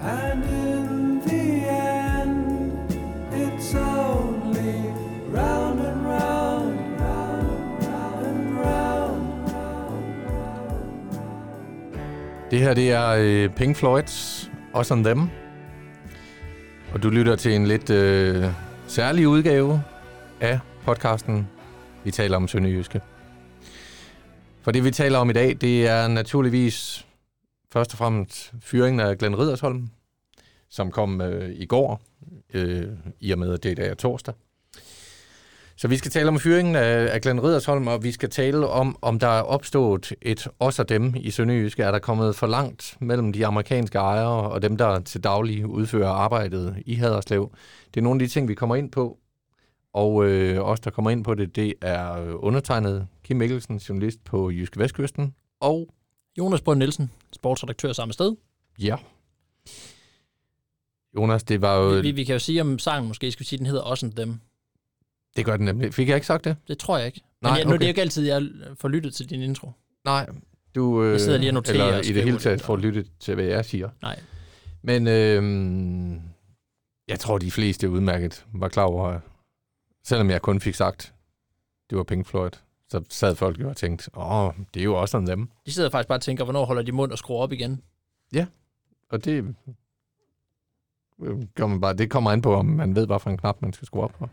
And in the end, it's only round and round, round, round and round, round, round. Det her, det er Pink Floyd's Us and Them. Og du lytter til en lidt særlig udgave af podcasten, vi taler om sønderjyske. For det, vi taler om i dag, det er naturligvis først og fremmest fyringen af Glenn Riddersholm, som kom i går, i og med, at det i dag er torsdag. Så vi skal tale om fyringen af Glenn Riddersholm, og vi skal tale om der er opstået et os og dem i sønderjyske. Er der kommet for langt mellem de amerikanske ejere og dem, der til daglig udfører arbejdet i Haderslev? Det er nogle af de ting, vi kommer ind på. Og os, der kommer ind på det, det er undertegnet Kim Mikkelsen, journalist på Jyske Vestkysten, og Jonas Brønd Nielsen, sportsredaktør samme sted. Ja. Jonas, det var jo... Vi kan jo sige om sangen, måske skal vi sige, den hedder Us and Them. Det gør den nemlig. Fik jeg ikke sagt det? Det tror jeg ikke. Nej, men nu er det jo ikke altid, jeg får lyttet til din intro. Nej, du... jeg sidder lige og noterer. Eller i det hele taget får lyttet til, hvad jeg siger. Nej. Men jeg tror, de fleste udmærket var klar over, selvom jeg kun fik sagt, det var Pink Floyd, så sad folk jo og tænkte, det er jo også sådan dem. De sidder faktisk bare og tænker, hvornår holder de mund og skruer op igen? Ja, og det gør man bare. Det kommer an på, om man ved, hvad for en knap man skal skrue op på.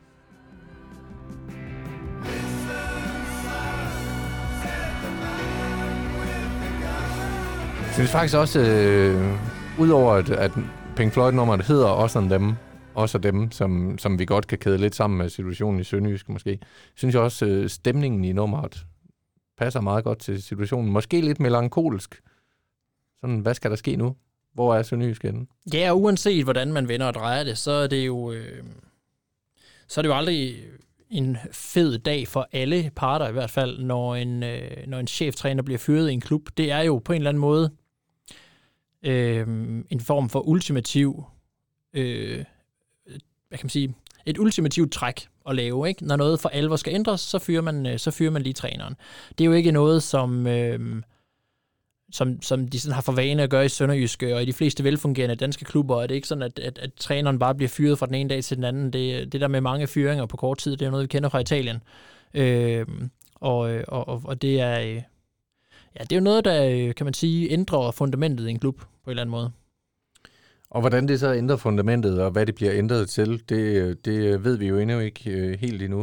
Jeg synes faktisk også, udover at Pink Floyd-nummeret hedder Us and Them, også dem, som vi godt kan kæde lidt sammen med situationen i Sønderjysk måske, synes jeg også, stemningen i nummeret passer meget godt til situationen. Måske lidt melankolsk. Sådan, hvad skal der ske nu? Hvor er Sønderjysk henne? Ja, uanset hvordan man vender og drejer det, så er det jo, aldrig en fed dag for alle parter i hvert fald, når en cheftræner bliver fyret i en klub. Det er jo på en eller anden måde en form for ultimativ, hvad kan man sige, et ultimativt træk at lave, ikke? Når noget for alvor skal ændres, så fyrer man lige træneren. Det er jo ikke noget, som de sådan har for vane at gøre i Sønderjyske, og i de fleste velfungerende danske klubber er det ikke sådan, at træneren bare bliver fyret fra den ene dag til den anden. Det der med mange fyringer på kort tid, det er noget, vi kender fra Italien. Og det er det er jo noget, der, kan man sige, ændrer fundamentet i en klub på en eller anden måde. Og hvordan det så ændrer fundamentet, og hvad det bliver ændret til, det ved vi jo endnu ikke helt endnu,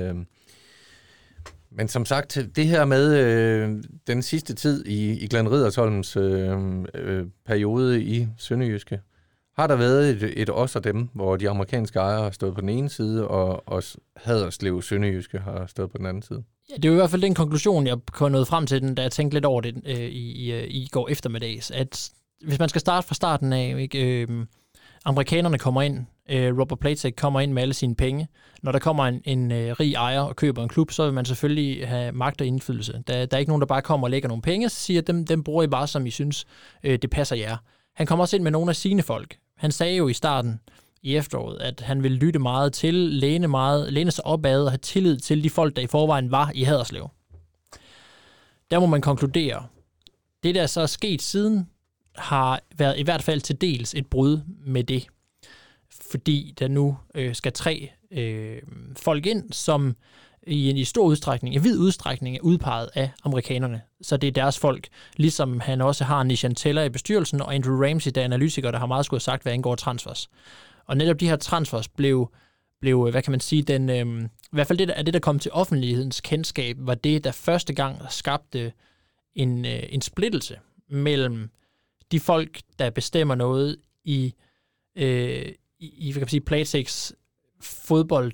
men som sagt, det her med den sidste tid i Glenn Riddersholms periode i Sønderjyske, har der været et os og dem, hvor de amerikanske ejere har stået på den ene side, og Haderslev Sønderjyske har stået på den anden side? Ja, det er jo i hvert fald den konklusion, jeg kom nået frem til den, da jeg tænkte lidt over det i går eftermiddags, at hvis man skal starte fra starten af, ikke, amerikanerne kommer ind, Robert Platek kommer ind med alle sine penge. Når der kommer en rig ejer og køber en klub, så vil man selvfølgelig have magt og indflydelse. Der er ikke nogen, der bare kommer og lægger nogle penge, så siger, at dem bruger I bare, som I synes, det passer jer. Han kommer også ind med nogle af sine folk. Han sagde jo i starten i efteråret, at han ville lytte meget til, læne sig opad og have tillid til de folk, der i forvejen var i Haderslev. Der må man konkludere. Det, der så er sket siden, har været i hvert fald til dels et brud med det. Fordi der nu skal 3 folk ind, som i vid udstrækning er udpeget af amerikanerne. Så det er deres folk, ligesom han også har Nishan Teller i bestyrelsen, og Andrew Ramsey, der er analytiker, der har meget skulle have sagt, hvad angår transfers. Og netop de her transfers blev hvad kan man sige, i hvert fald det, der kom til offentlighedens kendskab, var det, der første gang skabte en splittelse mellem de folk, der bestemmer noget i hvad kan man sige, Plateks fodbold,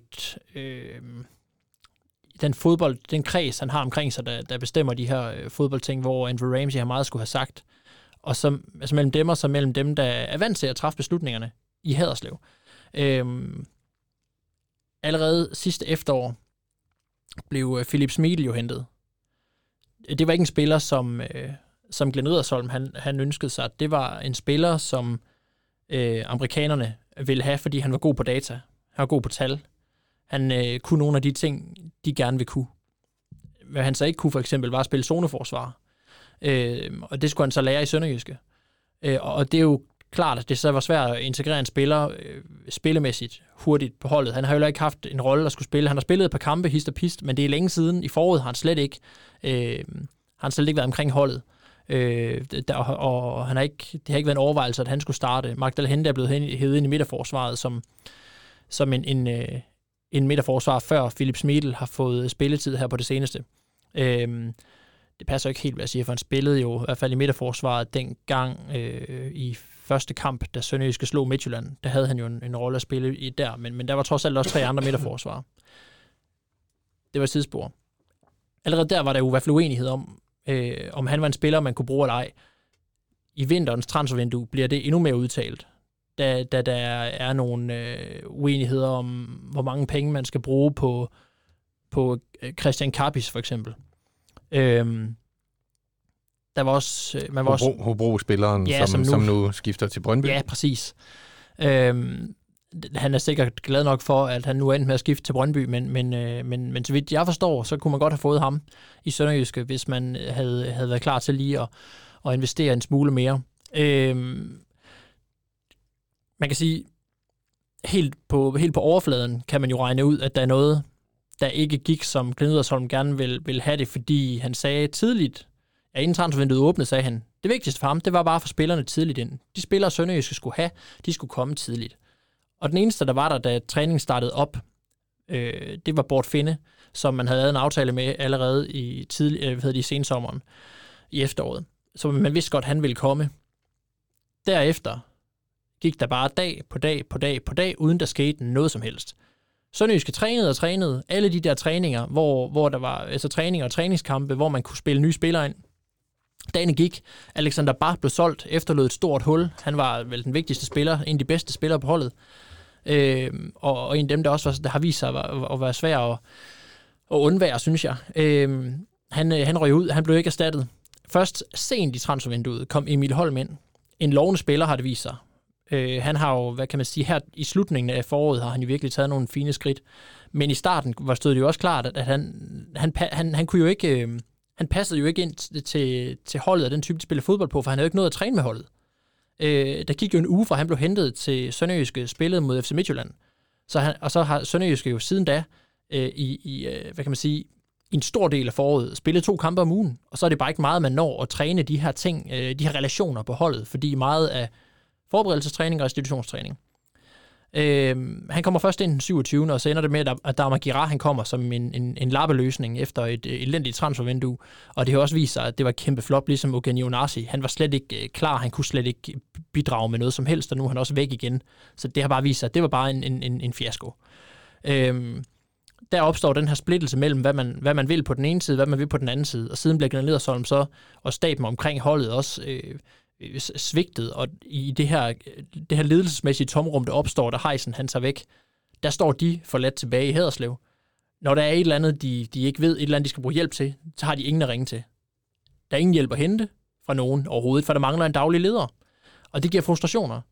den kreds, han har omkring sig, der bestemmer de her fodboldting, hvor Andrew Ramsey har meget skulle have sagt, og så, altså mellem dem og så mellem dem, der er vant til at træffe beslutningerne i Haderslev. Allerede sidste efterår blev Philip Smidl jo hentet. Det var ikke en spiller, som Glenn Riddersholm han ønskede sig. Det var en spiller, som amerikanerne ville have, fordi han var god på data. Han var god på tal. Han kunne nogle af de ting, de gerne vil kunne. Hvad han så ikke kunne, for eksempel, var at spille zoneforsvar. Og det skulle han så lære i Sønderjyske. Og det er jo klart, at det så var svært at integrere en spiller spillemæssigt hurtigt på holdet. Han har jo ikke haft en rolle at skulle spille. Han har spillet et par kampe, hist og pist, men det er længe siden. I foråret har han slet ikke været omkring holdet. Og det har ikke været en overvejelse, at han skulle starte. Magdal Hente er blevet hævet ind i midterforsvaret som en midterforsvar, før Philip Schmidl har fået spilletid her på det seneste. Det passer ikke helt, hvad jeg siger, for han spillede jo i hvert fald i midterforsvaret dengang i første kamp, da Sønderjyske slog Midtjylland. Der havde han jo en rolle at spille i der, men der var trods alt også 3 andre midterforsvarer. Det var et sidespor. Allerede der var der jo i hvert fald uenighed om han var en spiller, man kunne bruge eller ej. I vinterens transfervindue bliver det endnu mere udtalt, da der er nogle uenigheder om, hvor mange penge man skal bruge på Christian Kappis for eksempel. Der var også... Hobro-spilleren, ja, som nu skifter til Brøndby. Ja, præcis. Han er sikkert glad nok for, at han nu er endt med at skifte til Brøndby, men så vidt jeg forstår, så kunne man godt have fået ham i Sønderjyske, hvis man havde været klar til lige at investere en smule mere. Man kan sige, helt på overfladen kan man jo regne ud, at der er noget, der ikke gik, som Glenn Edersholm gerne vil have det, fordi han sagde tidligt, at inden transfervinduet åbnede, sagde han, det vigtigste for ham, det var bare for spillerne tidligt ind. De spillere, Sønderjyske skulle have, de skulle komme tidligt. Og den eneste, der var der, da træningen startede op, det var Bort Finde, som man havde lavet en aftale med allerede i sensommeren, i efteråret. Så man vidste godt, at han ville komme. Derefter gik der bare dag på dag, uden der skete noget som helst. Sønderjyske trænede alle de der træninger, hvor der var altså træninger og træningskampe, hvor man kunne spille nye spillere ind. Dagene gik. Alexander Bach blev solgt, efterlod et stort hul. Han var vel den vigtigste spiller, en af de bedste spillere på holdet. Og en af dem, der også der har vist sig at være svær at undvære, synes jeg. Han røg ud, han blev ikke erstattet. Først sent i transfervinduet kom Emil Holm ind. En lovende spiller har det vist sig. Han har jo, hvad kan man sige, her i slutningen af foråret har han jo virkelig taget nogle fine skridt. Men i starten stod det jo også klart, at han kunne jo ikke... Han passede jo ikke ind til holdet af den type, de spiller fodbold på, for han havde jo ikke nået at træne med holdet. Der gik jo en uge, fra han blev hentet til Sønderjyske, spillet mod FC Midtjylland. Så har Sønderjyske jo siden da, hvad kan man sige, i en stor del af foråret, spillet 2 kampe om ugen. Og så er det bare ikke meget, man når at træne de her ting, de her relationer på holdet, fordi meget af forberedelsestræning og institutionstræning. Han kommer først ind den 27. og så ender det med, at Dama Gira, han kommer som en lappeløsning efter et elendigt transfervindue, og det har også vist sig, at det var et kæmpe flop, ligesom Eugenio Onasi. Han var slet ikke klar, han kunne slet ikke bidrage med noget som helst, og nu er han også væk igen. Så det har bare vist sig, at det var bare en fiasko. Der opstår den her splittelse mellem, hvad man vil på den ene side, hvad man vil på den anden side, og siden bliver Glenn Edersholm så, og staben omkring holdet også svigtet, og i det her ledelsesmæssige tomrum, der opstår, da Heisen han tager væk, der står de forladt tilbage i Haderslev. Når der er et eller andet, de ikke ved, et eller andet, de skal bruge hjælp til, så har de ingen at ringe til. Der er ingen hjælp at hente fra nogen overhovedet, for der mangler en daglig leder. Og det giver frustrationer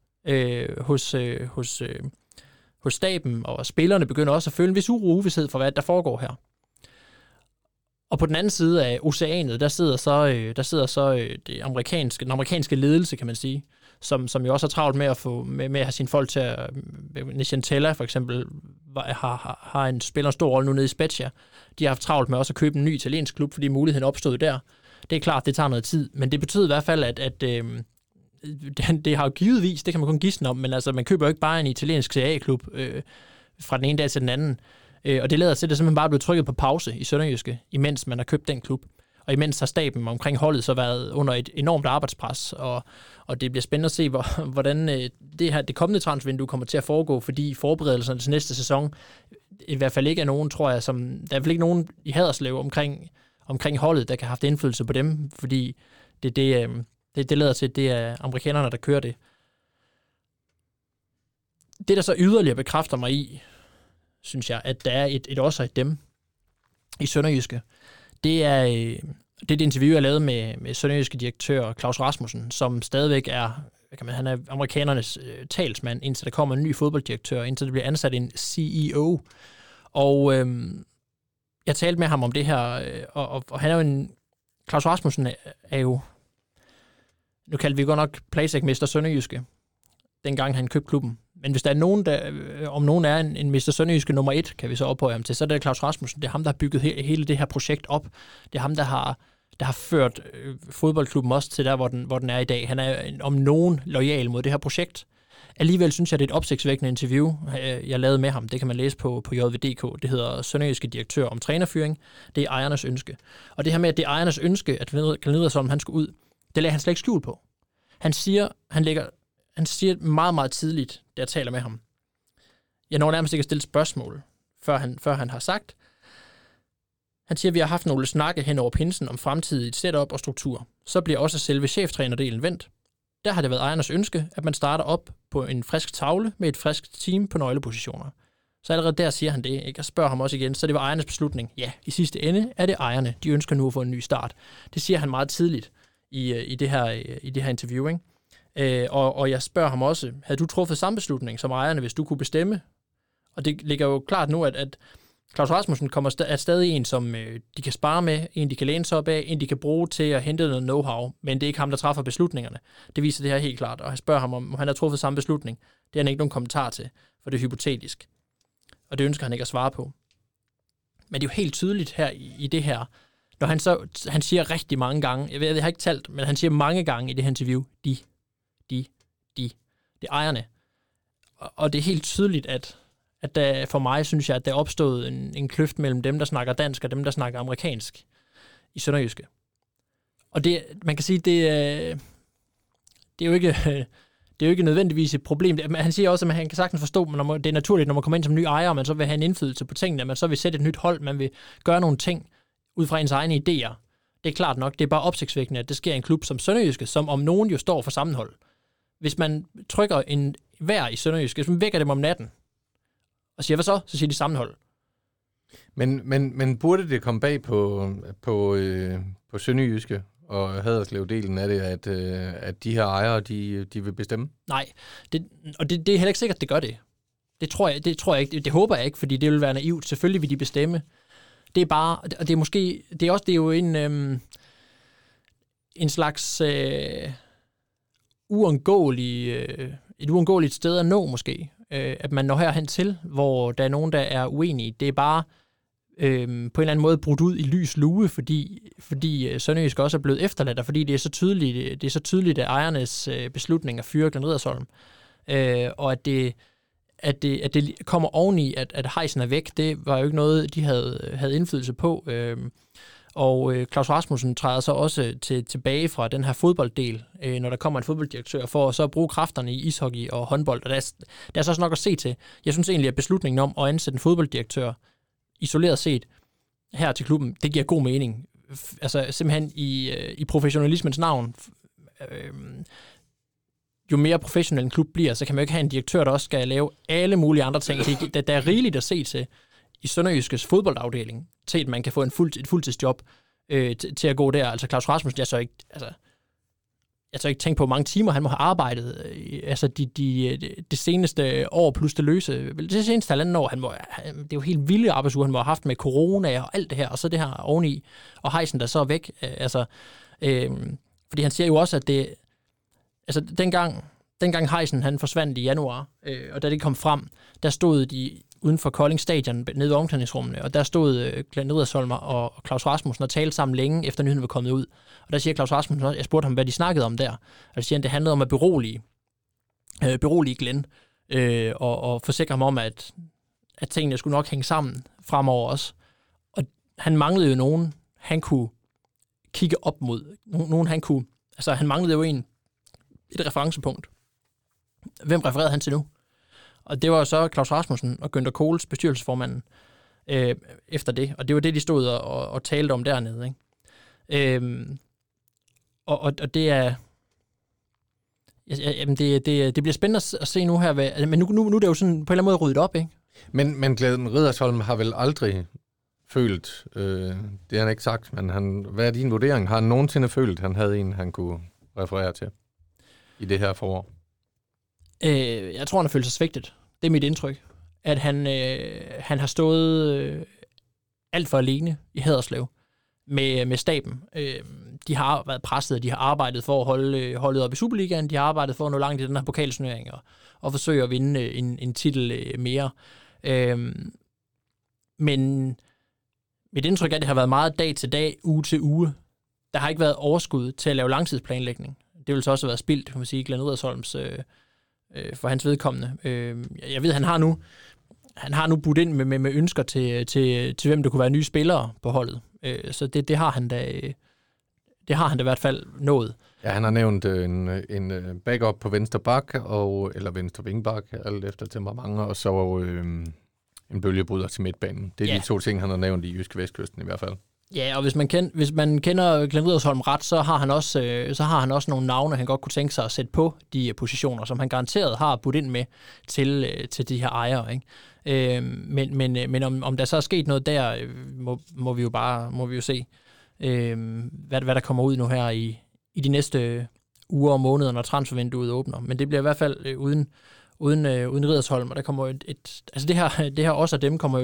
hos staben, og spillerne begynder også at føle en vis uro og uvished for, hvad der foregår her. Og på den anden side af oceanet, der sidder så den amerikanske ledelse, kan man sige, som jo også har travlt med at have sine folk til at... Nicentella for eksempel har en spiller en stor rolle nu nede i Spezia. De har haft travlt med også at købe en ny italiensk klub, fordi muligheden opstod der. Det er klart, det tager noget tid, men det betyder i hvert fald, at det har jo givetvis, det kan man kun gisne om, men altså, man køber jo ikke bare en italiensk CA-klub fra den ene dag til den anden. Og det lader til, at det simpelthen bare blev trykket på pause i Sønderjyske, imens man har købt den klub. Og imens har staben omkring holdet så været under et enormt arbejdspres, og det bliver spændende at se, hvordan det kommende transfervindue kommer til at foregå, fordi forberedelserne til næste sæson i hvert fald ikke er nogen, tror jeg, der er i hvert fald ikke nogen i Haderslev omkring holdet, der kan have haft indflydelse på dem, fordi det lader til, at det er amerikanerne, der kører det. Det, der så yderligere bekræfter mig i, synes jeg, at der er et også af dem i Sønderjyske, det er det interview, jeg lavede med Sønderjyske direktør Claus Rasmussen, som stadigvæk er, han er amerikanernes talsmand, indtil der kommer en ny fodbolddirektør, indtil der bliver ansat en CEO. Og jeg talte med ham om det her, og han er jo Claus Rasmussen er jo, nu kaldte vi godt nok Playsack-mester Sønderjyske, dengang han købte klubben. Men hvis der er nogen, om nogen er en Mr. Sønderjyske nummer 1, kan vi så ophøje ham til, så er det Claus Rasmussen. Det er ham, der har bygget hele det her projekt op. Det er ham, der har ført fodboldklubben også til der, hvor den er i dag. Han er om nogen loyal mod det her projekt. Alligevel synes jeg, det er et opsigtsvækkende interview, jeg lavede med ham. Det kan man læse på JVDK. Det hedder Sønderjyske direktør om trænerfyring. Det er ejernes ønske. Og det her med, at det er ejernes ønske, at Glenn Riddersholm, han skulle ud, det lagde han slet ikke skjul på. Han siger meget, meget tidligt, da jeg taler med ham. Jeg når nærmest ikke at stille spørgsmål, før han har sagt. Han siger, at vi har haft nogle snakke hen over pinsen om fremtidigt setup og struktur. Så bliver også selve cheftrænerdelen vendt. Der har det været ejernes ønske, at man starter op på en frisk tavle med et frisk team på nøglepositioner. Så allerede der siger han det, ikke? Jeg spørger ham også igen, så det var ejernes beslutning. Ja, i sidste ende er det ejerne. De ønsker nu at få en ny start. Det siger han meget tidligt i det her interview, ikke? Og jeg spørger ham også, havde du truffet samme beslutning som ejerne, hvis du kunne bestemme? Og det ligger jo klart nu, at Claus Rasmussen er stadig en, som de kan spare med, en de kan læne sig op af, en de kan bruge til at hente noget know-how, men det er ikke ham, der træffer beslutningerne. Det viser det her helt klart, og jeg spørger ham, om han har truffet samme beslutning. Det har han ikke nogen kommentar til, for det er hypotetisk. Og det ønsker han ikke at svare på. Men det er jo helt tydeligt her i det her, når han siger rigtig mange gange, jeg har ikke talt, men han siger mange gange i det her interview, de. Det er ejerne. Og det er helt tydeligt, at der, for mig synes jeg, at der er opstået en kløft mellem dem, der snakker dansk, og dem, der snakker amerikansk i sønderjyske. Og det, man kan sige, det er jo ikke nødvendigvis et problem. Han siger også, at han kan sagtens forstå, at det er naturligt, når man kommer ind som ny ejer, og man så vil have en indflydelse på tingene, at man så vil sætte et nyt hold, man vil gøre nogle ting ud fra ens egne idéer. Det er klart nok, det er bare opsigtsvækkende, at det sker i en klub som Sønderjyske, som om nogen jo står for sammenhold. Hvis man trykker en vejr i Sønderjyske, hvis man vækker dem om natten, og siger, hvad så? Så siger de sammenhold. Men burde det komme bag på Sønderjyske og Haderslev-delen af det, at de her ejere, de vil bestemme? Nej, det er heller ikke sikkert, det gør det. Det tror jeg ikke. Det håber jeg ikke, fordi det vil være naivt. Selvfølgelig vil de bestemme. Det er bare, og det er måske, det er jo en slags et uundgåeligt sted at nå måske. At man når herhen til, hvor der er nogen, der er uenige. Det er bare på en eller anden måde brudt ud i lys lue, fordi Sønderjysk også er blevet efterladt, og fordi det er så tydeligt, at ejernes beslutning at fyre Glenn Riddersholm, og at det kommer oveni, at Heisen er væk, det var jo ikke noget, de havde indflydelse på. Og Claus Rasmussen træder så også tilbage fra den her fodbolddel, når der kommer en fodbolddirektør, for så at bruge kræfterne i ishockey og håndbold. Og der er så også nok at se til. Jeg synes egentlig, at beslutningen om at ansætte en fodbolddirektør, isoleret set, her til klubben, det giver god mening. Altså simpelthen i professionalismens navn. Jo mere professionel en klub bliver, så kan man jo ikke have en direktør, der også skal lave alle mulige andre ting. Der er rigeligt at se til i Sønderjyskes fodboldafdeling, til at man kan få et fuldtidsjob til at gå der. Altså Claus Rasmussen, jeg så ikke tænkt på, hvor mange timer han må have arbejdet. Altså det seneste år plus det seneste halvanden år, det er jo helt vilde arbejdsuger, han må have haft med corona og alt det her, og så det her oveni, og Heisen der så er væk. Fordi han siger jo også, at det, altså dengang Heisen han forsvandt i januar, og da det kom frem, der stod de uden for Kolding Stadion, nede i omklædningsrummene, og der stod Glenn Riddersholm og Claus Rasmussen og talte sammen længe, efter nyheden var kommet ud. Og der siger Claus Rasmussen også, jeg spurgte ham, hvad de snakkede om der. Og der siger han, det handlede om at berolige Glenn, og forsikre ham om, at tingene skulle nok hænge sammen fremover også. Og han manglede jo nogen, han kunne kigge op mod. Nogen han kunne, altså han manglede jo et referencepunkt. Hvem refererede han til nu? Og det var så Claus Rasmussen og Günther Kohls, bestyrelsesformanden, efter det. Og det var det, de stod og talte om dernede. Ikke? Og det er... Det bliver spændende at se nu her. Men nu er det jo sådan på en eller anden måde ryddet op, ikke? Men Glenn Riddersholm har vel aldrig følt, det har han ikke sagt, men hvad er din vurdering? Har han nogensinde følt, at han havde en, han kunne referere til i det her forår? Jeg tror, han har følt sig svigtet. Det er mit indtryk. At han har stået alt for alene i Haderslev. med staben. De har været presset, de har arbejdet for at holde holdet op i Superligaen, de har arbejdet for at nå langt i den her pokalturnering og forsøge at vinde en titel mere. Men mit indtryk er, at det har været meget dag til dag, uge til uge. Der har ikke været overskud til at lave langtidsplanlægning. Det vil så også have været spildt, kan man sige, Glenn Riddersholms for hans vedkommende. Jeg ved, han har nu budt ind med ønsker til hvem der kunne være nye spillere på holdet. Så det har han da. Det har han da i hvert fald nået. Ja, han har nævnt en backup på venstre bak, eller venstre vingbak, alt efter temperament, og så en bølgebryder til midtbanen. Det er de to ting, han har nævnt i Jyske Vestkysten i hvert fald. Ja, og hvis man kender Glenn Riddersholm ret, så har han også nogle navne, han godt kunne tænke sig at sætte på de positioner, som han garanteret har budt ind med til de her ejere, ikke? Men om der så er sket noget der, må vi jo se, hvad der kommer ud nu her i de næste uger og måneder, når transfervinduet åbner. Men det bliver i hvert fald uden Riddersholm, og der kommer altså det her også af dem kommer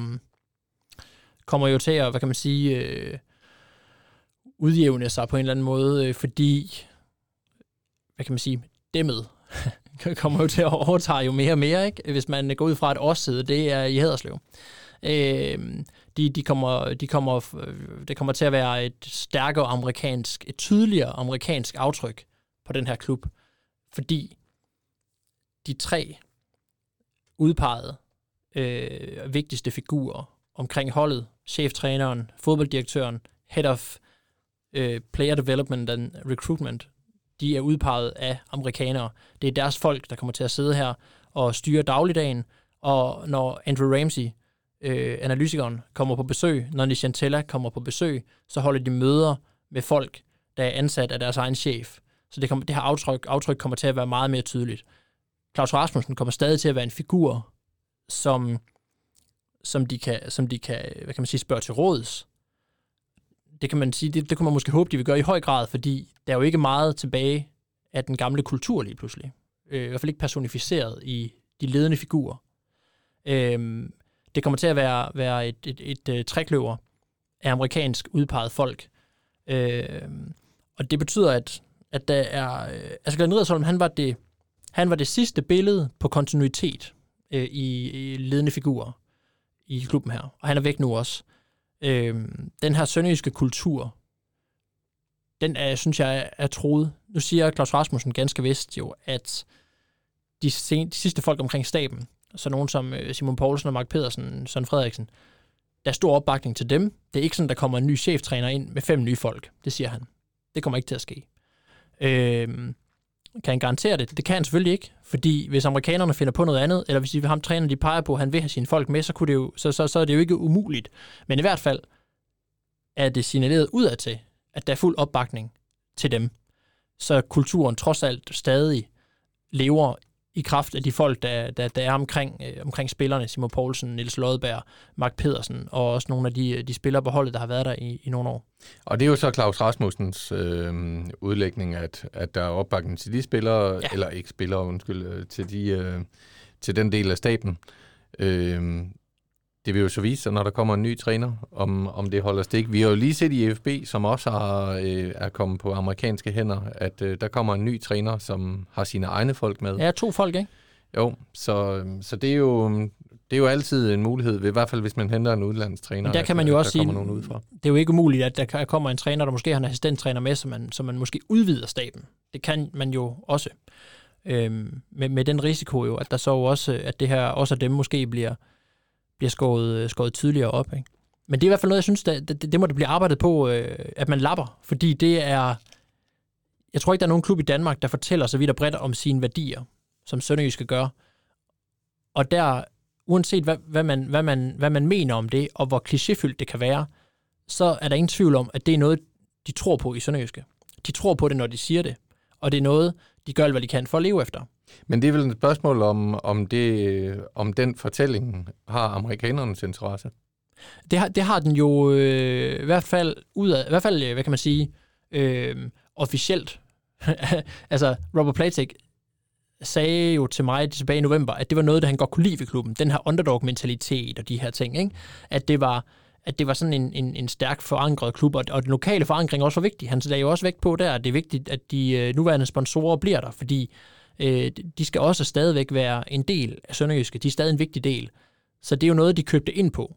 jo til at, hvad kan man sige, udjævne sig på en eller anden måde, fordi, hvad kan man sige, dæmmet kommer jo til at overtage jo mere og mere, ikke? Hvis man går ud fra et årsside, det er i Haderslev. Det kommer til at være et tydeligere amerikansk aftryk på den her klub, fordi de 3 udpegede vigtigste figurer omkring holdet, cheftræneren, fodbolddirektøren, head of player development and recruitment, de er udpeget af amerikanere. Det er deres folk, der kommer til at sidde her og styre dagligdagen, og når Andrew Ramsey, analytikeren, kommer på besøg, når Nishantella kommer på besøg, så holder de møder med folk, der er ansat af deres egen chef. Så det her aftryk kommer til at være meget mere tydeligt. Claus Rasmussen kommer stadig til at være en figur, som de kan, hvad kan man sige, spørge til råds. Det kan man sige, det kunne man måske håbe, de vil gøre i høj grad, fordi der er jo ikke meget tilbage af den gamle kultur lige pludselig. I hvert fald ikke personificeret i de ledende figurer. Det kommer til at være et trækløver af amerikansk udpeget folk. Og det betyder, at der er... altså Glenn Riddersholm, han var det sidste billede på kontinuitet i ledende figurer i klubben her. Og han er væk nu også. Den her sønderjyske kultur, den synes jeg er truet. Nu siger Claus Rasmussen ganske vist jo, at de sidste folk omkring staben, så nogen som Simon Poulsen og Mark Pedersen, Søren Frederiksen, der er stor opbakning til dem. Det er ikke sådan, der kommer en ny cheftræner ind med 5 nye folk. Det siger han. Det kommer ikke til at ske. Kan han garantere det? Det kan han selvfølgelig ikke, fordi hvis amerikanerne finder på noget andet, eller hvis de ham træner, de peger på, at han vil have sine folk med, så er det jo ikke umuligt. Men i hvert fald er det signaleret udadtil, at der er fuld opbakning til dem. Så kulturen trods alt stadig lever i kraft af de folk, der er omkring spillerne, Simon Poulsen, Niels Lodberg, Mark Pedersen, og også nogle af de spillere på holdet, der har været der i nogle år. Og det er jo så Claus Rasmussens udlægning, at der er opbakning til de spillere, eller ikke spillere, undskyld, til den del af staben. Det vil jo så vise sig, når der kommer en ny træner, om det holder stik. Vi har jo lige set i FB, som også er kommet på amerikanske hænder, at der kommer en ny træner, som har sine egne folk med. Ja, 2 folk, ikke? Jo, så det er jo altid en mulighed, i hvert fald hvis man henter en udlandstræner. Men der kan man jo også sige, det er jo ikke umuligt, at der kommer en træner, der måske har en assistenttræner med, så man måske udvider staben. Det kan man jo også. Med den risiko jo, at der så også, at det her også af dem måske bliver skåret tydeligere op, ikke? Men det er i hvert fald noget, jeg synes, det må det blive arbejdet på, at man lapper, fordi det er... Jeg tror ikke, der er nogen klub i Danmark, der fortæller så vidt og bredt om sine værdier, som Sønderjyske gør. Og der, uanset hvad man mener om det, og hvor klichéfyldt det kan være, så er der ingen tvivl om, at det er noget, de tror på i Sønderjyske. De tror på det, når de siger det, og det er noget, de gør, hvad de kan for at leve efter. Men det er vel et spørgsmål om den fortælling har amerikanernes interesse? Det har den jo i hvert fald, hvad kan man sige, officielt. Altså, Robert Platek sagde jo til mig tilbage i november, at det var noget, der han godt kunne lide ved klubben. Den her underdog-mentalitet og de her ting, ikke? At det var at det var sådan en stærk forankret klub, og den lokale forankring også var vigtig. Han lagde jo også vægt på der, at det er vigtigt, at de nuværende sponsorer bliver der, fordi de skal også stadigvæk være en del af Sønderjyske. De er stadig en vigtig del. Så det er jo noget, de købte ind på.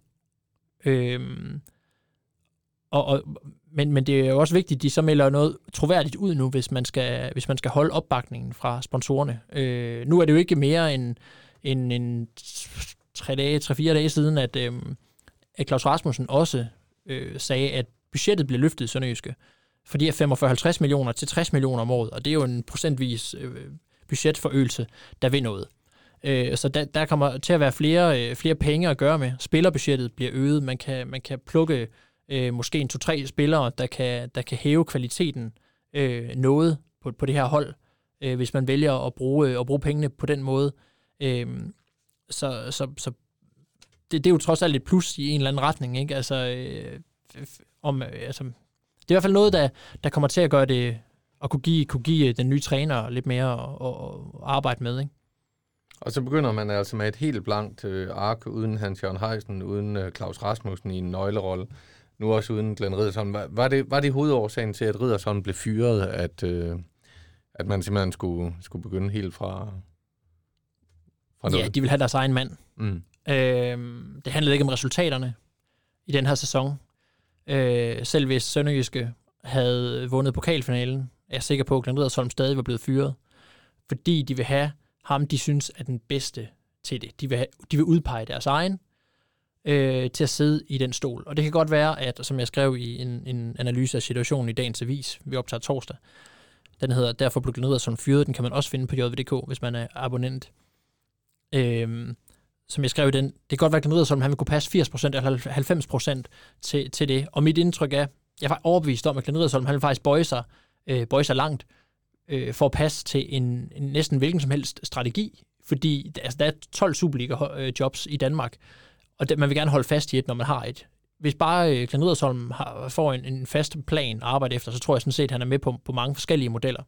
Men det er jo også vigtigt, at de så melder noget troværdigt ud nu, hvis man skal holde opbakningen fra sponsorerne. Nu er det jo ikke mere end 3-4 dage siden, at Claus Rasmussen også sagde, at budgettet blev løftet i Sønderjyske, fordi af 45-50 millioner til 60 millioner om året, og det er jo en procentvis budgetforøgelse, der vil noget. Så der kommer til at være flere penge at gøre med. Spillerbudgettet bliver øget. Man kan plukke måske en 2-3 spillere, der kan hæve kvaliteten noget på det her hold, hvis man vælger at bruge pengene på den måde. Så det er jo trods alt et plus i en eller anden retning, ikke? Altså, det er i hvert fald noget, der kommer til at gøre det, at kunne give den nye træner lidt mere at arbejde med, ikke? Og så begynder man altså med et helt blankt ark, uden Hans Jørgen Heisen, uden Claus Rasmussen i en nøglerolle, nu også uden Glenn Riddersholm. Var det hovedårsagen til, at Riddersholm blev fyret, at man simpelthen skulle begynde helt fra noget? Ja, de vil have deres egen mand. Mm. Det handlede ikke om resultaterne i den her sæson. Selv hvis Sønderjyske havde vundet pokalfinalen, er jeg sikker på, at Glenn Riddersholm stadig var blevet fyret. Fordi de vil have ham, de synes er den bedste til det. De vil udpege deres egen til at sidde i den stol. Og det kan godt være, at, som jeg skrev i en analyse af situationen i dagens avis, vi optager torsdag, den hedder Derfor blev Glenn Riddersholm fyret. Den kan man også finde på JVDK, hvis man er abonnent. Som jeg skrev i den, det kan godt være, at Glenn Riddersholm, han vil kunne passe 80% eller 90% til det. Og mit indtryk er, jeg er overbevist om, at Glenn Riddersholm, han vil faktisk bøje sig langt for at passe til en næsten hvilken som helst strategi. Fordi der er 12 Superliga-jobs i Danmark, og man vil gerne holde fast i et, når man har et. Hvis bare Glenn Riddersholm får en fast plan at arbejde efter, så tror jeg sådan set, at han er med på mange forskellige modeller.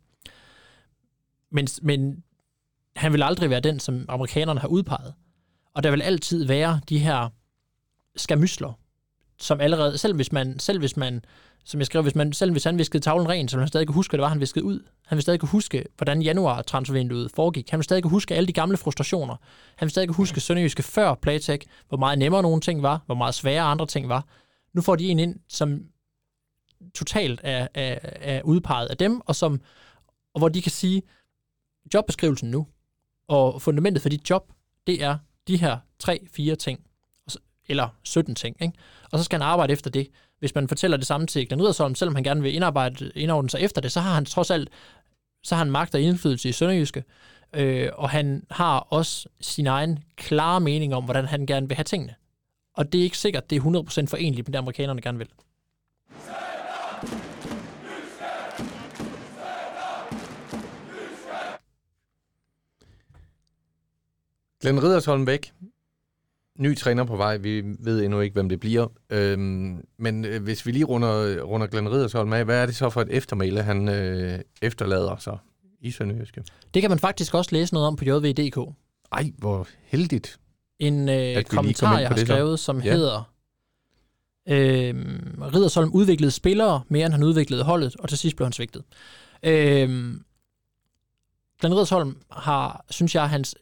Men han vil aldrig være den, som amerikanerne har udpeget. Og der vil altid være de her skamysler, som allerede, selv hvis man, som jeg skrev, hvis han viskede tavlen ren, så vil han stadig kunne huske, hvad det var, han viskede ud. Han vil stadig kunne huske, hvordan januar-transfervinduet foregik. Han vil stadig kunne huske alle de gamle frustrationer. Han vil stadig kunne huske Sønderjyske før Playtech, hvor meget nemmere nogle ting var, hvor meget sværere andre ting var. Nu får de en ind, som totalt er udpeget af dem, og hvor de kan sige, jobbeskrivelsen nu, og fundamentet for dit job, det er de her 3-4 ting, eller 17 ting, ikke? Og så skal han arbejde efter det. Hvis man fortæller det samme til Glenn Riddersholm, selvom han gerne vil indordne sig efter det, så har han trods alt magt og indflydelse i Sønderjyske, og han har også sin egen klare mening om, hvordan han gerne vil have tingene. Og det er ikke sikkert, det er 100% forenligt med det, amerikanerne gerne vil. Glenn Riddersholm væk. Ny træner på vej. Vi ved endnu ikke, hvem det bliver. Men hvis vi lige runder Glenn Riddersholm af, hvad er det så for et eftermæle, han efterlader sig i Sønderjyske? Det kan man faktisk også læse noget om på JV.dk. Ej, hvor heldigt. En kommentar, jeg har skrevet, som hedder Riddersholm udviklede spillere mere, end han udviklede holdet, og til sidst blev han svigtet. Glenn Riddersholm har, synes jeg, hans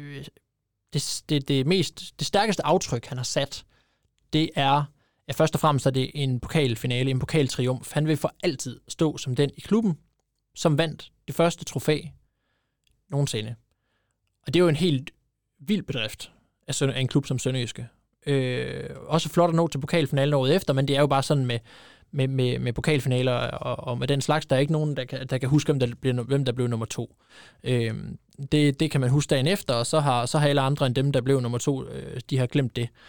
det stærkeste aftryk, han har sat, det er, ja, først og fremmest er det en pokalfinale, en pokaltriumf. Han vil for altid stå som den i klubben, som vandt det første trofæ nogensinde. Og det er jo en helt vild bedrift af en klub som Sønderjyske. Også flot at nå til pokalfinalen året efter, men det er jo bare sådan med pokalfinaler og med den slags, der er ikke nogen, der kan huske, hvem der blev nummer 2. Det kan man huske dagen efter, og så har alle andre end dem, der blev nummer 2, de har glemt det.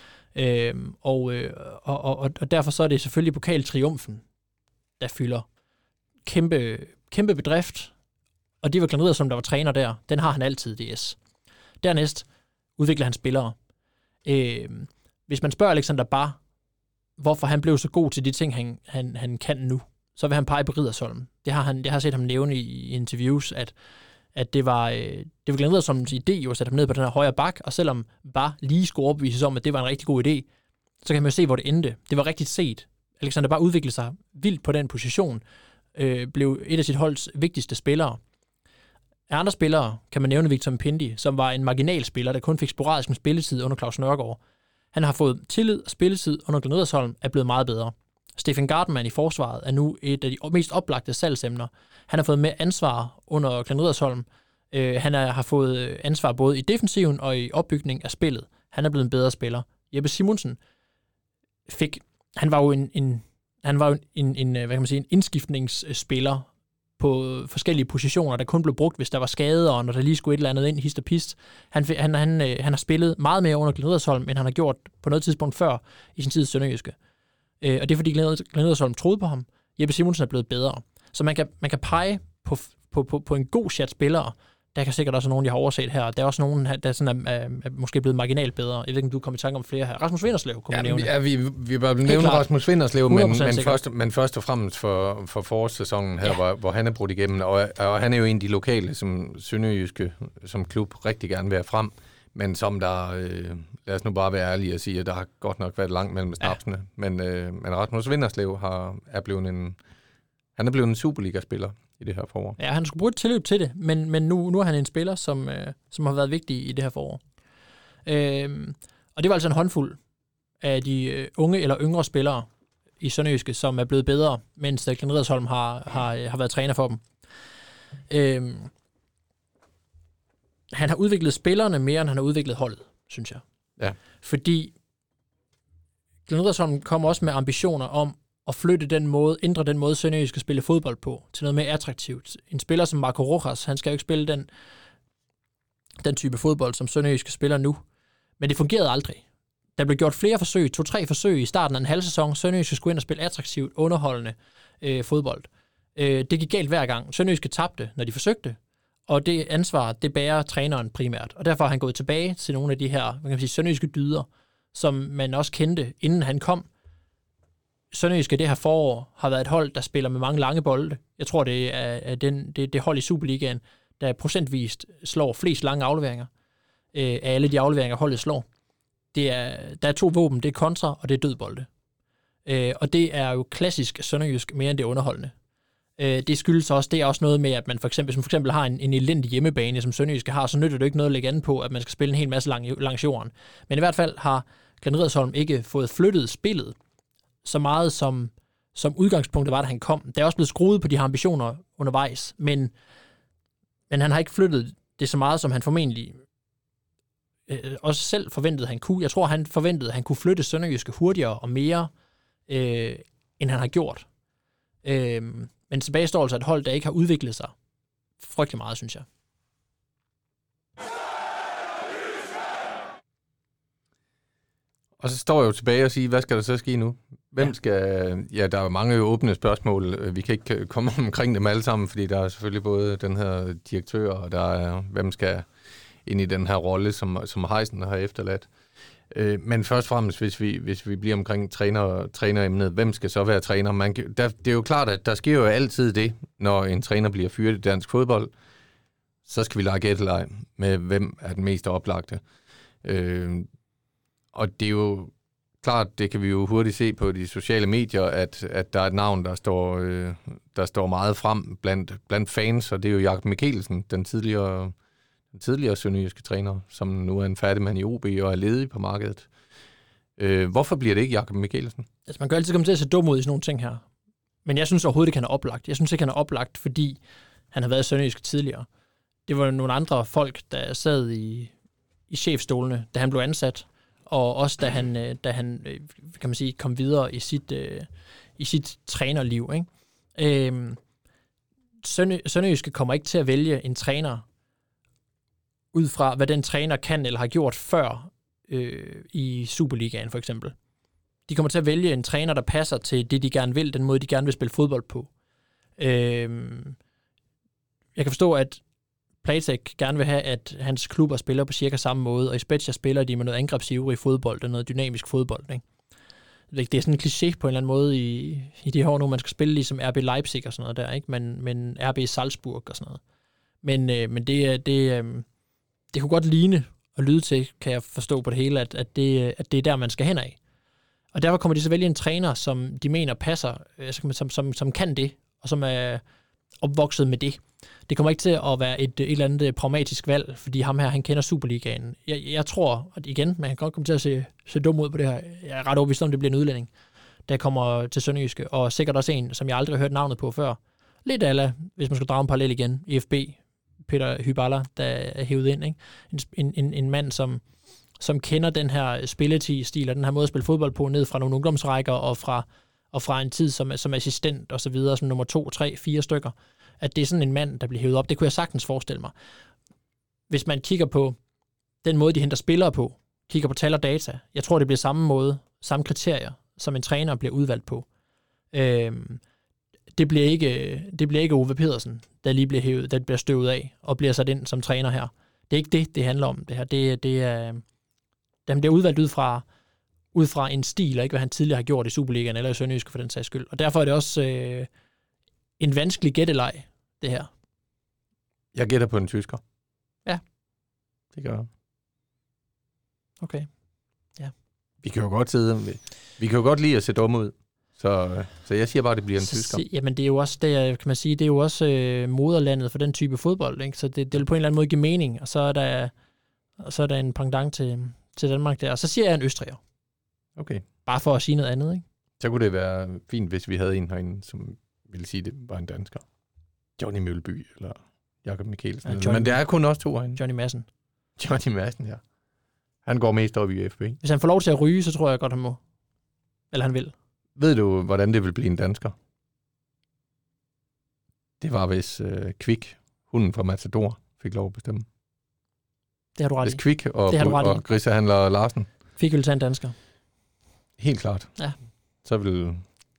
Og derfor så er det selvfølgelig pokaltriumfen, der fylder kæmpe bedrift, og det var Glenn Riddersholm, der var træner der. Den har han altid, DS. Dernæst udvikler han spillere. Hvis man spørger Alexander Bard, hvorfor han blev så god til de ting, han kan nu, så vil han pege på Riddersholm. Det har set ham nævne i interviews, at det var Glenn Riddersholms idé jo at sætte ham ned på den her højre bak, og selvom Bard lige skulle overbevises om, at det var en rigtig god idé, så kan man jo se, hvor det endte. Det var rigtigt set. Alexander bare udviklede sig vildt på den position, blev et af sit holds vigtigste spillere. Af andre spillere kan man nævne Victor Mpindi, som var en marginalspiller, der kun fik sporadisk med spilletid under Claus Nørgaard. Han har fået tillid og spilletid under Glenn Riddersholm, er blevet meget bedre. Stefan Gartmann i forsvaret er nu et af de mest oplagte salgsemner. Han har fået mere ansvar under Glenn Riddersholm. Han har fået ansvar både i defensiven og i opbygning af spillet. Han er blevet en bedre spiller. Jeppe Simonsen han var jo en hvad kan man sige, en indskiftningsspiller på forskellige positioner, der kun blev brugt, hvis der var skader, og når der lige skulle et eller andet ind, hist og pist. Han har spillet meget mere under Glenn Riddersholm, end han har gjort på noget tidspunkt før i sin tid i Sønderjyske. Og det er fordi Glenn Riddersholm troede på ham. Jeppe Simonsen er blevet bedre. Så man kan pege på en god chat spillere. Der kan sikkert også nogen, jeg har overset her. Der er også nogen, der sådan er måske blevet marginalt bedre. Jeg ved ikke, om du kommer i tanke om flere her. Rasmus Vinderslev kunne man nævne. Ja, vi bør nævne Rasmus Vinderslev, men først og fremmest for forårssæsonen her, hvor han er brudt igennem. Og han er jo en af de lokale, som Sønderjyske som klub rigtig gerne vil have frem. Men som der, lad os nu bare være ærlige og sige, at der har godt nok været langt mellem snapsene. Ja. Men Rasmus Vinderslev er blevet en Superliga-spiller i det her forår. Ja, han skulle bruge et tilløb til det, men nu er han en spiller, som har været vigtig i det her forår. Og det var altså en håndfuld af de unge eller yngre spillere i Sønderjyske, som er blevet bedre, mens Glenn Riddersholm har været træner for dem. Han har udviklet spillerne mere, end han har udviklet holdet, synes jeg. Ja. Fordi Glenn Riddersholm kommer også med ambitioner om at ændre den måde, Sønderjyske skal spille fodbold på, til noget mere attraktivt. En spiller som Marco Rojas, han skal jo ikke spille den type fodbold, som Sønderjyske spiller nu. Men det fungerede aldrig. Der blev gjort flere forsøg, 2-3 forsøg i starten af en halv sæson. Sønderjyske skulle ind og spille attraktivt, underholdende fodbold. Det gik galt hver gang. Sønderjyske tabte, når de forsøgte, og det ansvar, det bærer træneren primært. Og derfor har han gået tilbage til nogle af de her, man kan sige, sønderjyske dyder, som man også kendte, inden han kom. Sønderjyske det her forår har været et hold, der spiller med mange lange bolde. Jeg tror, det er det hold i Superligaen, der procentvist slår flest lange afleveringer af alle de afleveringer, holdet slår. Der er 2 våben, det er kontra, og det er dødbolde. Og det er jo klassisk sønderjysk, mere end det underholdende. Det skyldes også, det er også noget med, at man for eksempel har en elendig hjemmebane, som Sønderjyske har, så nytter det ikke noget at lægge an på, at man skal spille en hel masse langs jorden. Men i hvert fald har Glenn Riddersholm ikke fået flyttet spillet så meget, som udgangspunktet var, da han kom. Der er også blevet skruet på de her ambitioner undervejs, men han har ikke flyttet det så meget, som han formentlig også selv forventede, han kunne. Jeg tror, han forventede, at han kunne flytte Sønderjyske hurtigere og mere, end han har gjort. Men tilbage står altså et hold, der ikke har udviklet sig frygtelig meget, synes jeg. Og så står jeg jo tilbage og siger, hvad skal der så ske nu? Hvem skal... Ja, der er jo mange åbne spørgsmål. Vi kan ikke komme omkring dem alle sammen, fordi der er selvfølgelig både den her direktør, og der er, hvem skal ind i den her rolle, som Heisen har efterladt. Men først og fremmest, hvis vi bliver omkring træneremnet, hvem skal så være træner? Det er jo klart, at der sker jo altid det, når en træner bliver fyret i dansk fodbold. Så skal vi lege gætteleg med, hvem er den mest oplagte. Og det er jo klart, det kan vi jo hurtigt se på de sociale medier, at der er et navn, der står meget frem blandt fans, og det er jo Jakob Mikkelsen, den tidligere sønderjyske træner, som nu er en færdigmand i OB og er ledig på markedet. Hvorfor bliver det ikke Jakob Mikkelsen? Altså, man kan altid komme til at se dum ud i sådan nogle ting her. Men jeg synes overhovedet ikke, han er oplagt. Jeg synes ikke, han er oplagt, fordi han har været sønderjysk tidligere. Det var nogle andre folk, der sad i chefstolene, da han blev ansat, og også da han kan man sige, kom videre i sit trænerliv. Ikke? Sønderjyske kommer ikke til at vælge en træner ud fra, hvad den træner kan eller har gjort før i Superligaen for eksempel. De kommer til at vælge en træner, der passer til det, de gerne vil, den måde, de gerne vil spille fodbold på. Jeg kan forstå, at Platek gerne vil have, at hans klubber spiller på cirka samme måde, og i Spezia spiller de med noget angrebsivrig fodbold og noget dynamisk fodbold. Ikke? Det er sådan en kliché på en eller anden måde i de her år nu, man skal spille ligesom RB Leipzig og sådan noget der, ikke? Men RB Salzburg og sådan noget. Men det kunne godt ligne og lyde til, kan jeg forstå på det hele, at det er der, man skal hen af. Og derfor kommer de så vælge en træner, som de mener passer, som kan det, og som er opvokset med det. Det kommer ikke til at være et eller andet pragmatisk valg, fordi ham her, han kender Superligaen. Jeg tror, at igen, man kan godt komme til at se dum ud på det her. Jeg er ret overbevist om, det bliver en udlænding, der kommer til Sønderjyske, og sikkert også en, som jeg aldrig har hørt navnet på før. Lidt ala, hvis man skulle drage en parallel igen, IFB, Peter Hyballa, der er hævet ind. Ikke? En mand, som kender den her spillestil og den her måde at spille fodbold på, ned fra nogle ungdomsrækker og fra en tid som assistent og så videre, som nummer 2, 3, 4 stykker. At det er sådan en mand, der bliver hævet op. Det kunne jeg sagtens forestille mig. Hvis man kigger på den måde, de henter spillere på, kigger på tal og data, jeg tror, det bliver samme måde, samme kriterier, som en træner bliver udvalgt på. Det bliver ikke Ove Pedersen, der lige bliver hævet, der bliver støvet af og bliver sat ind som træner her. Det er ikke det handler om. Det her. Det er, den bliver udvalgt ud fra en stil, og ikke hvad han tidligere har gjort i Superligaen eller i Sønderjyske for den sags skyld. Og derfor er det også en vanskelig gætteleg, det her. Jeg gætter på en tysker. Ja. Det gør jeg. Okay. Ja. Vi kan jo godt lide at se dumme ud. Så jeg siger bare, at det bliver en tysker. Jamen, det er jo også, kan man sige, det er jo også moderlandet for den type fodbold, ikke? Så det vil på en eller anden måde give mening, og så er der en pendant til Danmark der. Og så siger jeg en østriger. Okay. Bare for at sige noget andet, ikke? Så kunne det være fint, hvis vi havde en herinde, som ville sige, at det var en dansker. Johnny Mølby, eller Jakob Mikkelsen. Ja, men det er kun også 2 herinde. Johnny Madsen, ja. Han går mest op i FB. Hvis han får lov til at ryge, så tror jeg godt, han må. Eller han vil. Ved du, hvordan det vil blive en dansker? Det var, hvis Kvik, hunden fra Matador, fik lov at bestemme. Det har du ret i. Hvis Kvik og grisehandler Larsen. Kvik vil tage en dansker. Helt klart. Ja. Så vil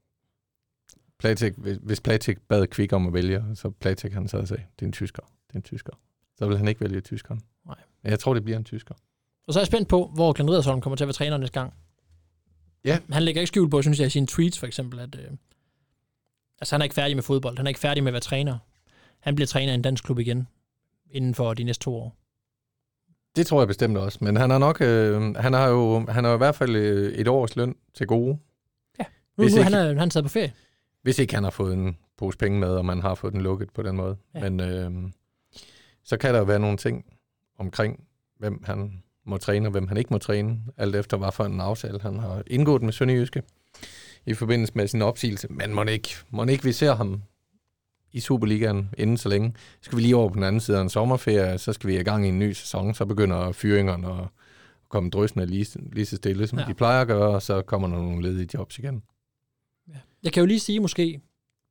Platek, hvis Platek bad Kvik om at vælge, så Platek han sad og sagde, det er en tysker. Så vil han ikke vælge tyskeren. Nej. Men jeg tror, det bliver en tysker. Og så er jeg spændt på, hvor Glenn Riddersholm kommer til at være træner næste gang. Ja. Han lægger ikke skjul på, synes jeg, i sine tweets for eksempel, at han er ikke færdig med fodbold. Han er ikke færdig med at være træner. Han bliver træner i en dansk klub igen, inden for de næste 2 år. Det tror jeg bestemt også. Men han har nok, han har i hvert fald et års løn til gode. Ja, nu han sad på ferie. Hvis ikke han har fået en pose penge med, og man har fået den lukket på den måde. Ja. Men så kan der være nogle ting omkring, hvem han må træne, og hvem han ikke må træne, alt efter hvad for en aftale han har indgået med Sønderjyske i forbindelse med sin opsigelse. Men må ikke vi ser ham i Superligaen inden så længe. Skal vi lige over på den anden side af en sommerferie, så skal vi i gang i en ny sæson, så begynder fyringerne at komme drøsende lige så stille, som de plejer at gøre, og så kommer der nogle ledige jobs igen. Ja. Jeg kan jo lige sige måske,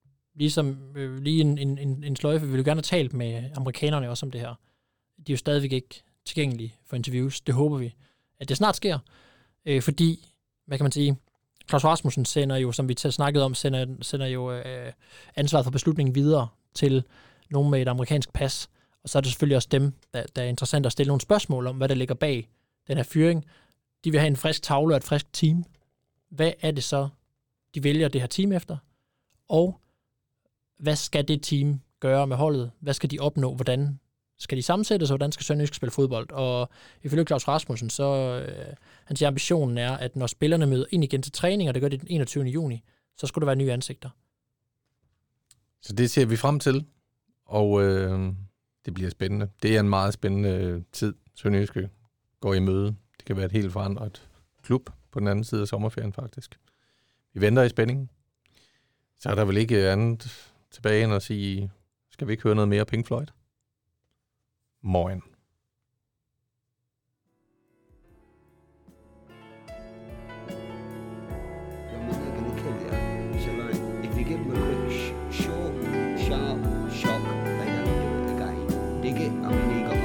lige en sløjfe, vi vil jo gerne have talt med amerikanerne også om det her. De er jo stadigvæk ikke tilgængelige for interviews. Det håber vi, at det snart sker. Fordi, hvad kan man sige, Claus Rasmussen sender jo, som vi snakkede om, sender jo ansvaret for beslutningen videre til nogen med et amerikansk pas. Og så er det selvfølgelig også dem, der er interessant at stille nogle spørgsmål om, hvad der ligger bag den her fyring. De vil have en frisk tavle og et frisk team. Hvad er det så, de vælger det her team efter? Og hvad skal det team gøre med holdet? Hvad skal de opnå? Hvordan skal de sammensættes, og hvordan skal Sønderjyske spille fodbold? Og ifølge Claus Rasmussen, så hans ambitionen er, at når spillerne møder ind igen til træning, og det gør det den 21. juni, så skulle der være nye ansigter. Så det ser vi frem til, og det bliver spændende. Det er en meget spændende tid, Sønderjyske går i møde. Det kan være et helt forandret klub på den anden side af sommerferien faktisk. Vi venter i spændingen. Så er der vel ikke andet tilbage end at sige, skal vi ikke høre noget mere Pink Floyd? Morgen. Short, sharp shock, they don't do it again. Dig it? I mean, he got